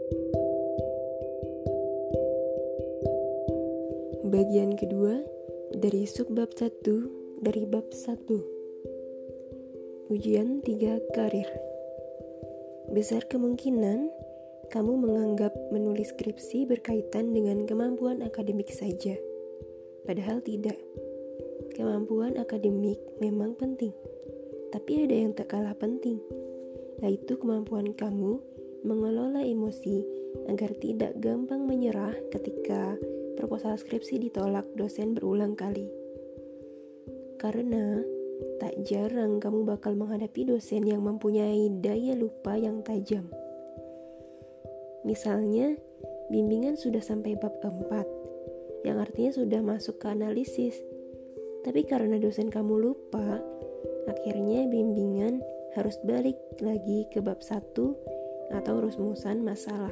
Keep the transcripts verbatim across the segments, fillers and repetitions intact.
Bagian kedua dari subbab satu dari bab satu. Ujian tiga karir. Besar kemungkinan kamu menganggap menulis skripsi berkaitan dengan kemampuan akademik saja. Padahal tidak. Kemampuan akademik memang penting, tapi ada yang tak kalah penting, yaitu kemampuan kamu mengelola emosi agar tidak gampang menyerah ketika proposal skripsi ditolak dosen berulang kali. Karena tak jarang kamu bakal menghadapi dosen yang mempunyai daya lupa yang tajam. Misalnya, bimbingan sudah sampai bab empat, yang artinya sudah masuk ke analisis. Tapi karena dosen kamu lupa, akhirnya bimbingan harus balik lagi ke bab satu atau rumusan masalah.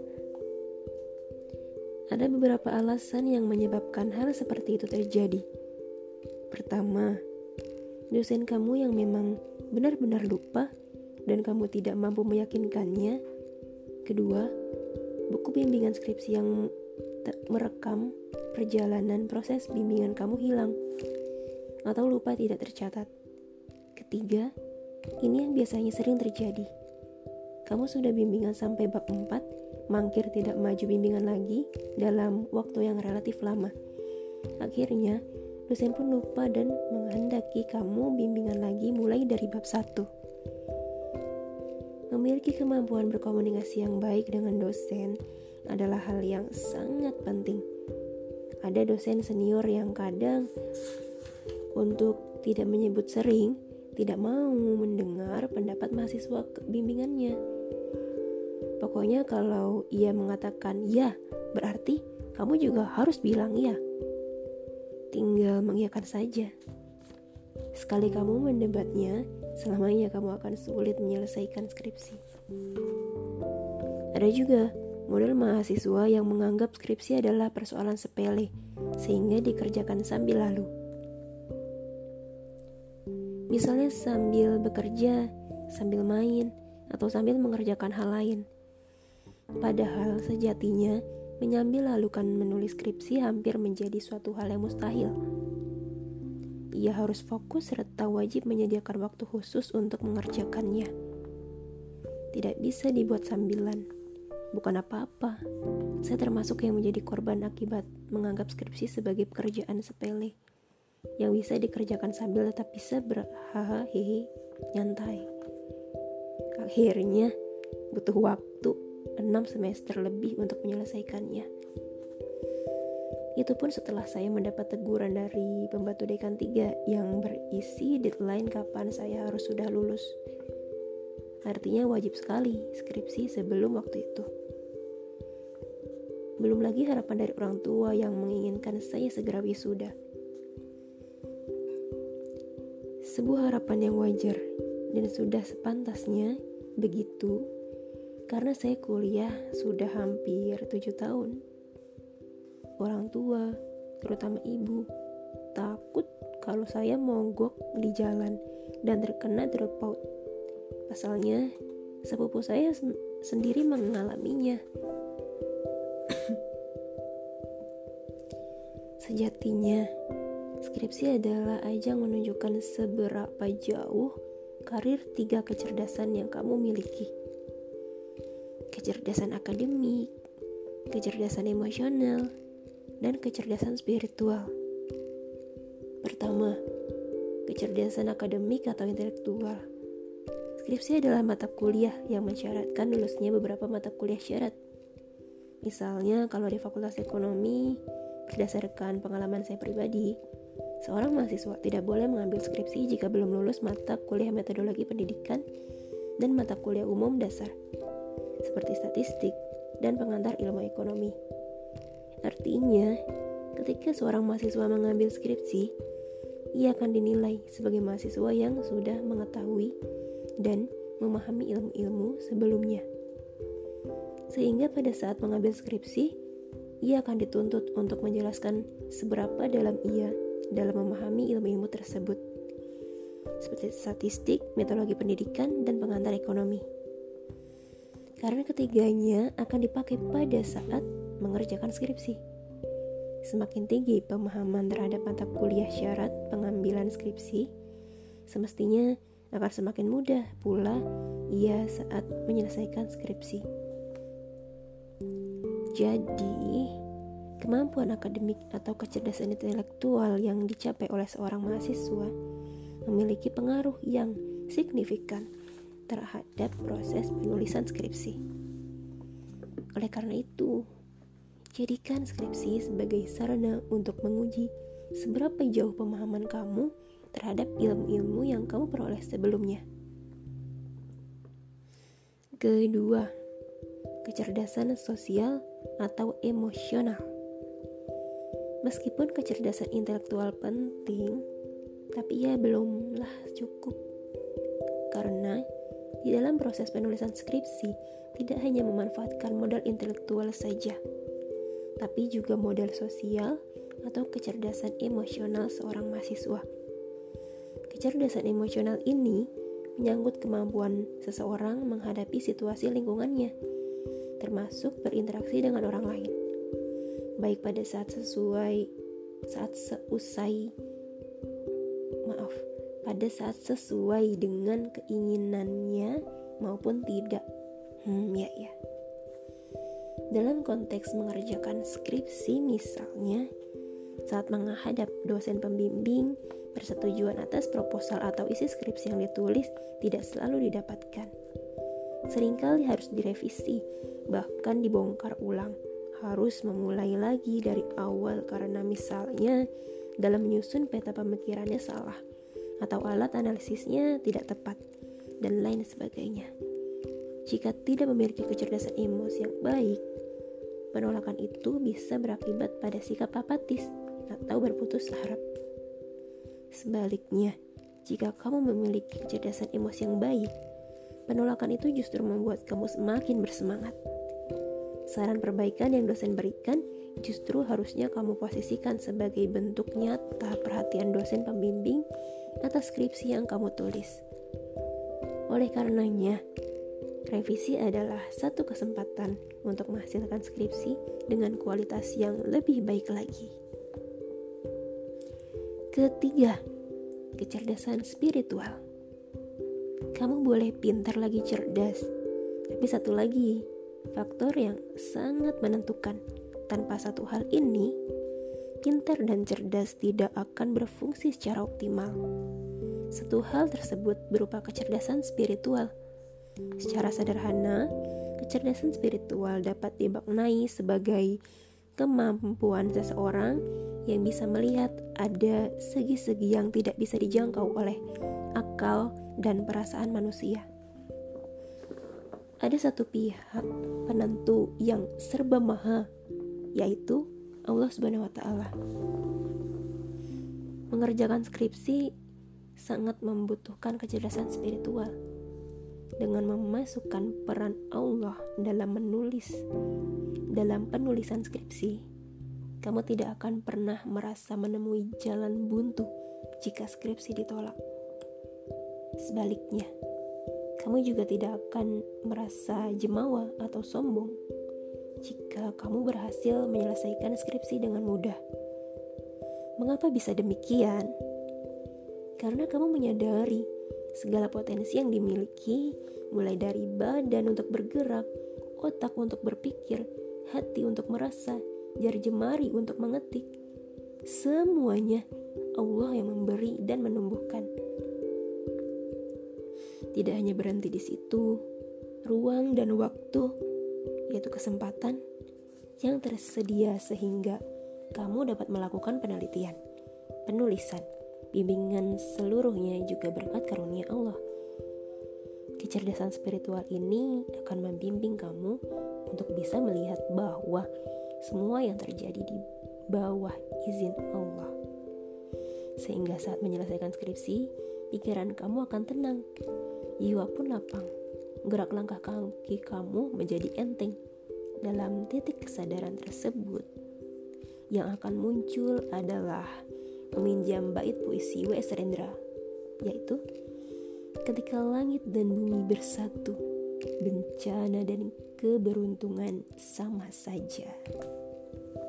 Ada beberapa alasan yang menyebabkan hal seperti itu terjadi. Pertama, dosen kamu yang memang benar-benar lupa dan kamu tidak mampu meyakinkannya. Kedua, buku bimbingan skripsi yang merekam perjalanan proses bimbingan kamu hilang atau lupa tidak tercatat. Ketiga, ini yang biasanya sering terjadi. Kamu sudah bimbingan sampai bab empat, mangkir tidak maju bimbingan lagi dalam waktu yang relatif lama. Akhirnya, dosen pun lupa dan menghendaki kamu bimbingan lagi mulai dari bab satu. Memiliki kemampuan berkomunikasi yang baik dengan dosen adalah hal yang sangat penting. Ada dosen senior yang kadang, untuk tidak menyebut sering, tidak mau mendengar pendapat mahasiswa bimbingannya. Pokoknya kalau ia mengatakan ya, berarti kamu juga harus bilang ya. Tinggal mengiyakan saja. Sekali kamu mendebatnya, selamanya kamu akan sulit menyelesaikan skripsi. Ada juga model mahasiswa yang menganggap skripsi adalah persoalan sepele, sehingga dikerjakan sambil lalu. Misalnya sambil bekerja, sambil main, atau sambil mengerjakan hal lain. Padahal sejatinya menyambil lalukan menulis skripsi hampir menjadi suatu hal yang mustahil. Ia harus fokus serta wajib menyediakan waktu khusus untuk mengerjakannya. Tidak bisa dibuat sambilan. Bukan apa-apa. Saya termasuk yang menjadi korban akibat menganggap skripsi sebagai pekerjaan sepele yang bisa dikerjakan sambil tetap bisa berhaha hehe nyantai. Akhirnya butuh waktu enam semester lebih untuk menyelesaikannya. Itu pun setelah saya mendapat teguran dari pembantu dekan tiga yang berisi deadline kapan saya harus sudah lulus. Artinya wajib sekali skripsi sebelum waktu itu. Belum lagi harapan dari orang tua yang menginginkan saya segera wisuda. Sebuah harapan yang wajar dan sudah sepantasnya begitu, karena saya kuliah sudah hampir tujuh tahun. Orang tua, terutama ibu, takut kalau saya mogok di jalan dan terkena dropout. Pasalnya, sepupu saya sen- sendiri mengalaminya. Sejatinya, skripsi adalah ajang menunjukkan seberapa jauh karir tiga kecerdasan yang kamu miliki. Kecerdasan akademik, kecerdasan emosional, dan kecerdasan spiritual. Pertama, kecerdasan akademik atau intelektual. Skripsi adalah mata kuliah yang mensyaratkan lulusnya beberapa mata kuliah syarat. Misalnya, kalau di Fakultas Ekonomi, berdasarkan pengalaman saya pribadi, seorang mahasiswa tidak boleh mengambil skripsi jika belum lulus mata kuliah metodologi pendidikan dan mata kuliah umum dasar, seperti statistik dan pengantar ilmu ekonomi. Artinya, ketika seorang mahasiswa mengambil skripsi, ia akan dinilai sebagai mahasiswa yang sudah mengetahui dan memahami ilmu-ilmu sebelumnya. Sehingga pada saat mengambil skripsi, ia akan dituntut untuk menjelaskan seberapa dalam ia dalam memahami ilmu-ilmu tersebut, seperti statistik, metodologi pendidikan, dan pengantar ekonomi. Karena ketiganya akan dipakai pada saat mengerjakan skripsi. Semakin tinggi pemahaman terhadap mata kuliah syarat pengambilan skripsi, semestinya akan semakin mudah pula ia saat menyelesaikan skripsi. Jadi, kemampuan akademik atau kecerdasan intelektual yang dicapai oleh seorang mahasiswa memiliki pengaruh yang signifikan terhadap proses penulisan skripsi. Oleh karena itu, jadikan skripsi sebagai sarana untuk menguji seberapa jauh pemahaman kamu terhadap ilmu-ilmu yang kamu peroleh sebelumnya. Kedua, kecerdasan sosial atau emosional. Meskipun kecerdasan intelektual penting, tapi ia belumlah cukup. Karena di dalam proses penulisan skripsi tidak hanya memanfaatkan modal intelektual saja, tapi juga modal sosial atau kecerdasan emosional seorang mahasiswa. Kecerdasan emosional ini menyangkut kemampuan seseorang menghadapi situasi lingkungannya, termasuk berinteraksi dengan orang lain, baik pada saat sesuai saat seusai maaf pada saat sesuai dengan keinginannya maupun tidak. Hmm, ya ya. Dalam konteks mengerjakan skripsi misalnya, saat menghadap dosen pembimbing, persetujuan atas proposal atau isi skripsi yang ditulis tidak selalu didapatkan. Seringkali harus direvisi, bahkan dibongkar ulang. Harus memulai lagi dari awal karena misalnya dalam menyusun peta pemikirannya salah, atau alat analisisnya tidak tepat, dan lain sebagainya. Jika tidak memiliki kecerdasan emosi yang baik, penolakan itu bisa berakibat pada sikap apatis atau berputus harap. Sebaliknya, jika kamu memiliki kecerdasan emosi yang baik, penolakan itu justru membuat kamu semakin bersemangat. Saran perbaikan yang dosen berikan justru harusnya kamu posisikan sebagai bentuk nyata perhatian dosen pembimbing atas skripsi yang kamu tulis. Oleh karenanya, revisi adalah satu kesempatan untuk menghasilkan skripsi dengan kualitas yang lebih baik lagi. Ketiga, kecerdasan spiritual. Kamu boleh pintar lagi cerdas, tapi satu lagi, faktor yang sangat menentukan. Tanpa satu hal ini, pintar dan cerdas tidak akan berfungsi secara optimal. Satu hal tersebut berupa kecerdasan spiritual. Secara sederhana, kecerdasan spiritual dapat dimaknai sebagai kemampuan seseorang yang bisa melihat ada segi-segi yang tidak bisa dijangkau oleh akal dan perasaan manusia. Ada satu pihak penentu yang serba maha, yaitu Allah Subhanahu wa Ta'ala. Mengerjakan skripsi sangat membutuhkan kecerdasan spiritual. Dengan memasukkan peran Allah dalam menulis, dalam penulisan skripsi, kamu tidak akan pernah merasa menemui jalan buntu jika skripsi ditolak. Sebaliknya, kamu juga tidak akan merasa jemawa atau sombong jika kamu berhasil menyelesaikan skripsi dengan mudah. Mengapa bisa demikian? Karena kamu menyadari segala potensi yang dimiliki, mulai dari badan untuk bergerak, otak untuk berpikir, hati untuk merasa, jari jemari untuk mengetik. Semuanya Allah yang memberi dan menumbuhkan. Tidak hanya berhenti di situ, ruang dan waktu, yaitu kesempatan yang tersedia sehingga kamu dapat melakukan penelitian, penulisan, bimbingan seluruhnya juga berkat karunia Allah. Kecerdasan spiritual ini akan membimbing kamu untuk bisa melihat bahwa semua yang terjadi di bawah izin Allah. Sehingga saat menyelesaikan skripsi, pikiran kamu akan tenang, jiwa pun lapang, gerak langkah kaki kamu menjadi enteng. Dalam titik kesadaran tersebut, yang akan muncul adalah meminjam bait puisi W S Rendra, yaitu ketika langit dan bumi bersatu, bencana dan keberuntungan sama saja.